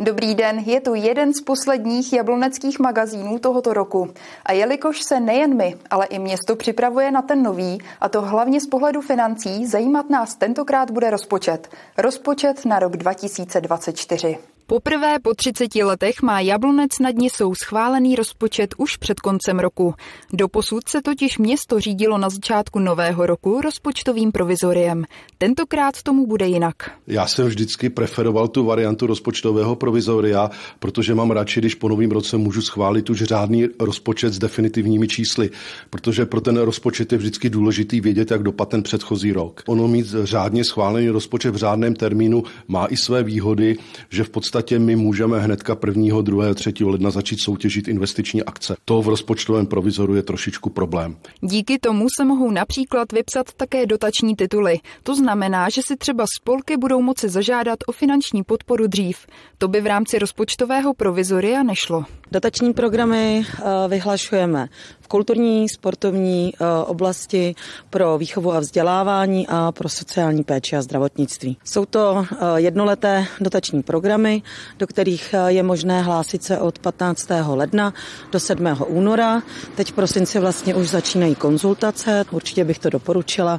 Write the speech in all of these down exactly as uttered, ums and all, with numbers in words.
Dobrý den, je tu jeden z posledních jabloneckých magazínů tohoto roku. A jelikož se nejen my, ale i město připravuje na ten nový, a to hlavně z pohledu financí, zajímat nás tentokrát bude rozpočet. Rozpočet na rok dva tisíce dvacet čtyři. Poprvé po třiceti letech má Jablonec nad Nisou schválený rozpočet už před koncem roku. Doposud se totiž město řídilo na začátku nového roku rozpočtovým provizoriem. Tentokrát tomu bude jinak. Já jsem vždycky preferoval tu variantu rozpočtového provizoria, protože mám radši, když po novém roce můžu schválit už řádný rozpočet s definitivními čísly, protože pro ten rozpočet je vždycky důležitý vědět, jak dopadl ten předchozí rok. Ono mít řádně schválený rozpočet v řádném termínu má i své výhody, že v podstatě V podstatě my můžeme hnedka prvního, druhého, třetího ledna začít soutěžit investiční akce. To v rozpočtovém provizoru je trošičku problém. Díky tomu se mohou například vypsat také dotační tituly. To znamená, že si třeba spolky budou moci zažádat o finanční podporu dřív. To by v rámci rozpočtového provizoria nešlo. Dotační programy vyhlašujeme v kulturní, sportovní oblasti, pro výchovu a vzdělávání a pro sociální péči a zdravotnictví. Jsou to jednoleté dotační programy, do kterých je možné hlásit se od patnáctého ledna do sedmého února. Teď v prosinci vlastně už začínají konzultace. Určitě bych to doporučila,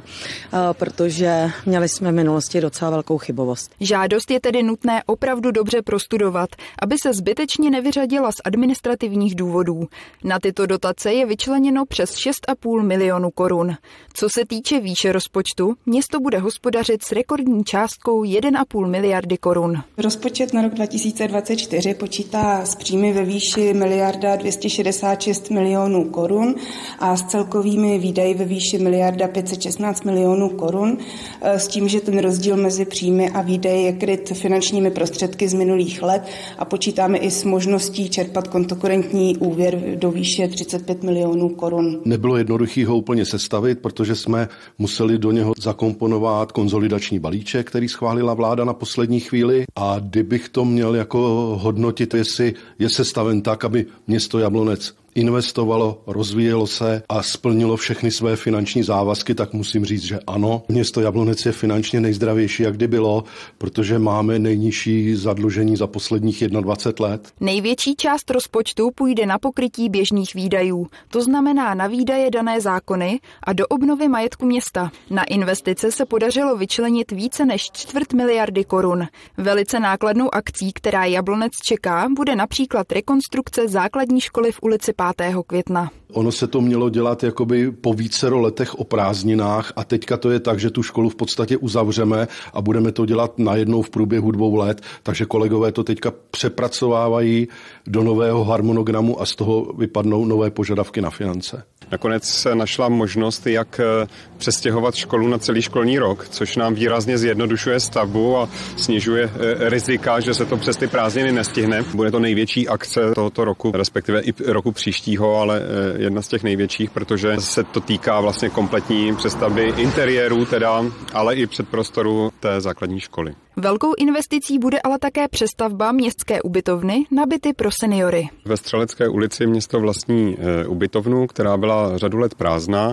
protože měli jsme v minulosti docela velkou chybovost. Žádost je tedy nutné opravdu dobře prostudovat, aby se zbytečně nevyřadila z administrativních důvodů. Na tyto dotace je vyčleněno přes šest a půl milionu korun. Co se týče výše rozpočtu, město bude hospodařit s rekordní částkou jedna a půl miliardy korun. Rozpočet na rok dva tisíce dvacet čtyři počítá s příjmy ve výši miliarda dvě stě šedesát šest milionů korun a s celkovými výdaji ve výši miliarda pět set šestnáct milionů korun, s tím, že ten rozdíl mezi příjmy a výdaji je kryt finančními prostředky z minulých let a počítáme i s možností čerpat kontokorentní úvěr do výše třicet pět milionů korun. Nebylo jednoduché ho úplně sestavit, protože jsme museli do něho zakomponovat konsolidační balíček, který schválila vláda na poslední chvíli, a kdybych to měl jako hodnotit, jestli je sestaven tak, aby město Jablonec investovalo, rozvíjelo se a splnilo všechny své finanční závazky, tak musím říct, že ano. Město Jablonec je finančně nejzdravější, jak kdy bylo, protože máme nejnižší zadlužení za posledních dvacet jedna let. Největší část rozpočtu půjde na pokrytí běžných výdajů. To znamená na výdaje dané zákony a do obnovy majetku města. Na investice se podařilo vyčlenit více než čtvrt miliardy korun. Velice nákladnou akcí, která Jablonec čeká, bude například rekonstrukce základní školy v ulici pátého května. Ono se to mělo dělat jakoby po vícero letech o prázdninách a teďka to je tak, že tu školu v podstatě uzavřeme a budeme to dělat najednou v průběhu dvou let, takže kolegové to teďka přepracovávají do nového harmonogramu a z toho vypadnou nové požadavky na finance. Nakonec se našla možnost, jak přestěhovat školu na celý školní rok, což nám výrazně zjednodušuje stavbu a snižuje rizika, že se to přes ty prázdniny nestihne. Bude to největší akce tohoto roku, respektive i roku příštího, ale jedna z těch největších, protože se to týká vlastně kompletní přestavby interiérů teda, ale i předprostoru té základní školy. Velkou investicí bude ale také přestavba městské ubytovny na byty pro seniory. Ve Střelecké ulici město vlastní ubytovnu, která byla řadu let prázdná.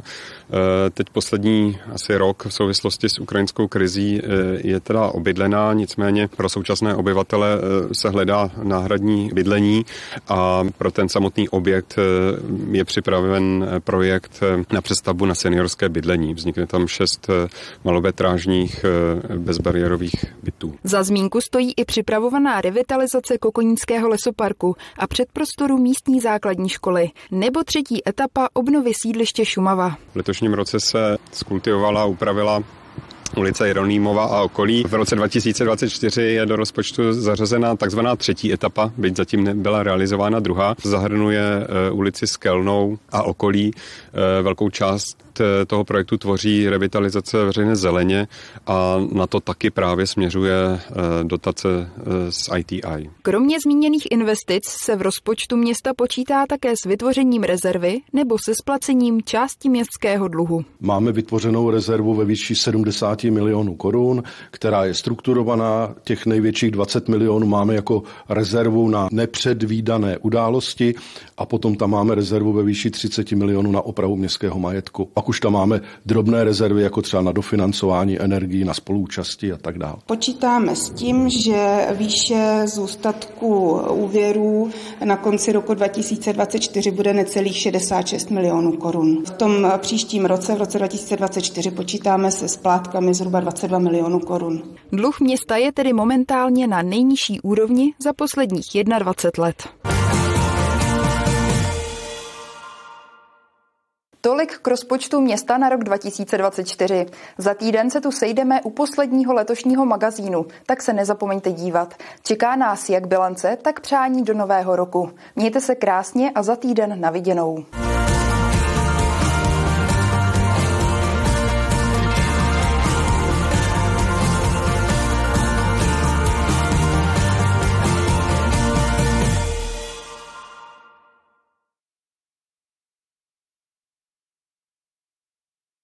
Teď poslední asi rok v souvislosti s ukrajinskou krizí je teda obydlená, nicméně pro současné obyvatele se hledá náhradní bydlení a pro ten samotný objekt je připraven projekt na přestavbu na seniorské bydlení. Vznikne tam šest malometrážních bezbariérových bytů. Za zmínku stojí i připravovaná revitalizace Kokoníckého lesoparku a předprostoru místní základní školy, nebo třetí etapa obnovy sídliště Šumava. V letošním roce se skultivovala a upravila ulice Jeronýmova a okolí. V roce dva tisíce dvacet čtyři je do rozpočtu zařazena takzvaná třetí etapa, byť zatím nebyla realizována druhá. Zahrnuje ulici Skelnou a okolí. Velkou část toho projektu tvoří revitalizace veřejné zeleně a na to taky právě směřuje dotace z I T I. Kromě zmíněných investic se v rozpočtu města počítá také s vytvořením rezervy nebo se splacením části městského dluhu. Máme vytvořenou rezervu ve výši sedmdesát milionů korun, která je strukturovaná. Těch největších dvacet milionů máme jako rezervu na nepředvídané události a potom tam máme rezervu ve výši třicet milionů na opravu městského majetku. A pak už tam máme drobné rezervy, jako třeba na dofinancování energií, na spoluúčasti a tak dále. Počítáme s tím, že výše zůstatku úvěrů na konci roku dva tisíce dvacet čtyři bude necelých šedesát šest milionů korun. V tom příštím roce, v roce dva tisíce dvacet čtyři, počítáme se splátkami zhruba dvacet dva milionů korun. Dluh města je tedy momentálně na nejnižší úrovni za posledních dvacet jedna let. Tolik k rozpočtu města na rok dva tisíce dvacet čtyři. Za týden se tu sejdeme u posledního letošního magazínu, tak se nezapomeňte dívat. Čeká nás jak bilance, tak přání do nového roku. Mějte se krásně a za týden na viděnou.